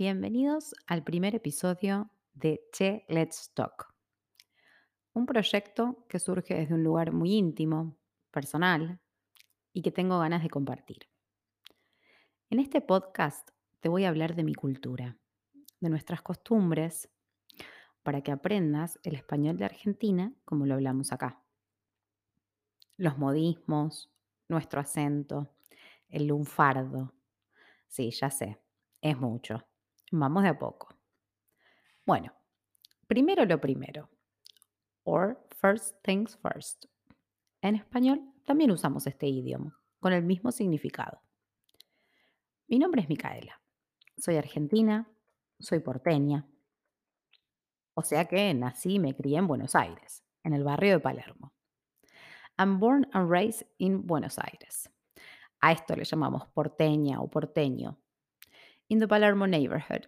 Bienvenidos al primer episodio de Che Let's Talk, un proyecto que surge desde un lugar muy íntimo, personal y que tengo ganas de compartir. En este podcast te voy a hablar de mi cultura, de nuestras costumbres, para que aprendas el español de Argentina como lo hablamos acá. Los modismos, nuestro acento, el lunfardo. Sí, ya sé, es mucho. Vamos de a poco. Bueno, primero lo primero. Or first things first. En español también usamos este idioma, con el mismo significado. Mi nombre es Micaela, soy argentina, soy porteña, o sea que nací y me crié en Buenos Aires, en el barrio de Palermo. I'm born and raised in Buenos Aires. A esto le llamamos porteña o porteño, in the Palermo neighborhood.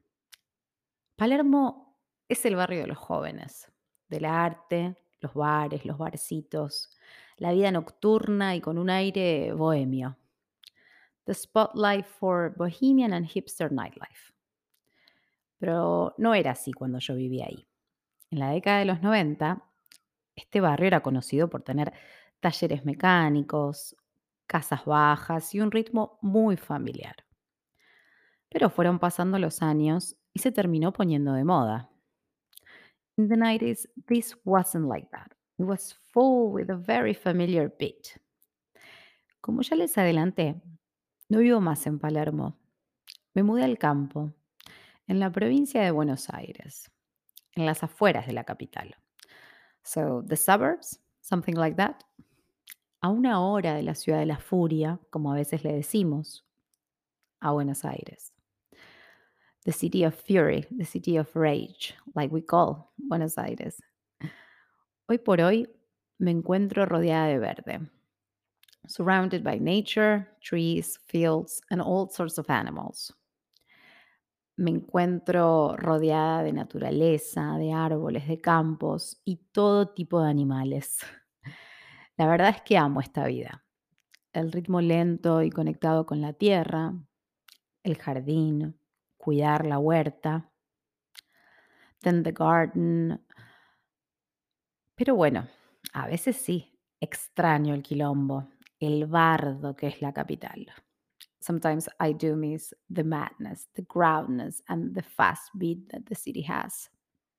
Palermo es el barrio de los jóvenes, del arte, los bares, los barcitos, la vida nocturna y con un aire bohemio. The spotlight for bohemian and hipster nightlife. Pero no era así cuando yo vivía ahí. En la década de los 90, este barrio era conocido por tener talleres mecánicos, casas bajas y un ritmo muy familiar. Pero fueron pasando los años y se terminó poniendo de moda. In the 90s, this wasn't like that. It was full with a very familiar beat. Como ya les adelanté, no vivo más en Palermo. Me mudé al campo, en la provincia de Buenos Aires, en las afueras de la capital. So, the suburbs, something like that. A una hora de la ciudad de la furia, como a veces le decimos, a Buenos Aires. The city of fury, the city of rage, like we call Buenos Aires. Hoy por hoy me encuentro rodeada de verde, surrounded by nature, trees, fields, and all sorts of animals. Me encuentro rodeada de naturaleza, de árboles, de campos y todo tipo de animales. La verdad es que amo esta vida. El ritmo lento y conectado con la tierra, el jardín, cuidar la huerta, tend the garden. Pero bueno, a veces sí, extraño el quilombo, el bardo que es la capital. Sometimes I do miss the madness, the groundness, and the fast beat that the city has.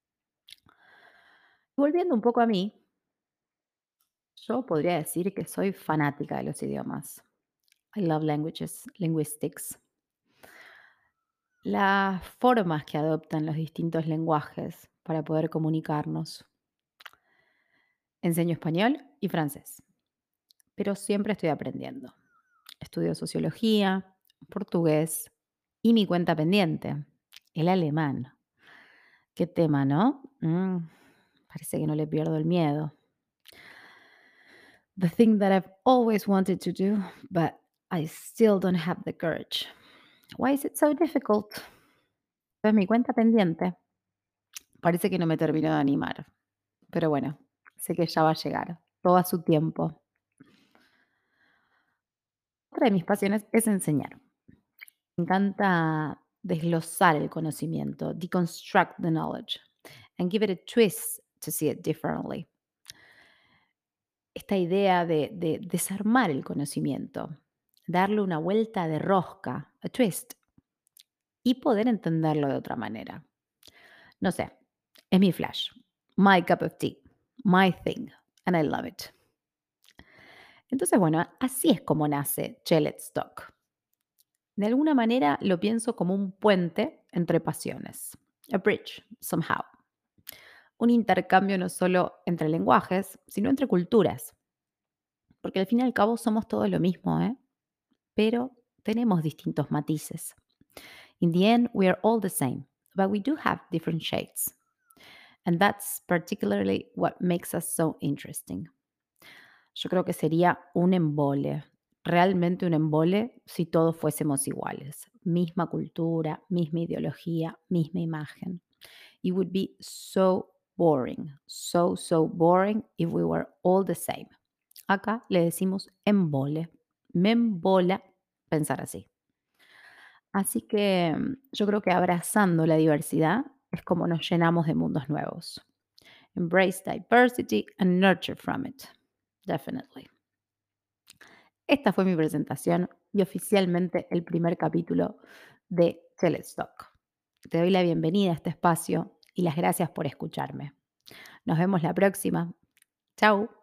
Volviendo un poco a mí, yo podría decir que soy fanática de los idiomas. I love languages, linguistics. Las formas que adoptan los distintos lenguajes para poder comunicarnos. Enseño español y francés, pero siempre estoy aprendiendo. Estudio sociología, portugués y mi cuenta pendiente, el alemán. Qué tema, ¿no? Parece que no le pierdo el miedo. The thing that I've always wanted to do, but I still don't have the courage. Why is it so difficult? Pues mi cuenta pendiente. Parece que no me terminó de animar. Pero bueno, sé que ya va a llegar. Todo a su tiempo. Otra de mis pasiones es enseñar. Me encanta desglosar el conocimiento, deconstruct the knowledge, and give it a twist to see it differently. Esta idea de desarmar el conocimiento, darle una vuelta de rosca, a twist, y poder entenderlo de otra manera. No sé, es mi flash, my cup of tea, my thing, and I love it. Entonces, bueno, así es como nace Che Let's Talk. De alguna manera lo pienso como un puente entre pasiones, a bridge, somehow. Un intercambio no solo entre lenguajes, sino entre culturas. Porque al fin y al cabo somos todos lo mismo, ¿eh? Pero tenemos distintos matices. In the end, we are all the same, but we do have different shades. And that's particularly what makes us so interesting. Yo creo que sería un embole, realmente un embole si todos fuésemos iguales. Misma cultura, misma ideología, misma imagen. It would be so boring, so, so boring if we were all the same. Acá le decimos embole. Me embola pensar así. Así que yo creo que abrazando la diversidad es como nos llenamos de mundos nuevos. Embrace diversity and nurture from it. Definitely. Esta fue mi presentación y oficialmente el primer capítulo de Telestock. Te doy la bienvenida a este espacio y las gracias por escucharme. Nos vemos la próxima. Chao.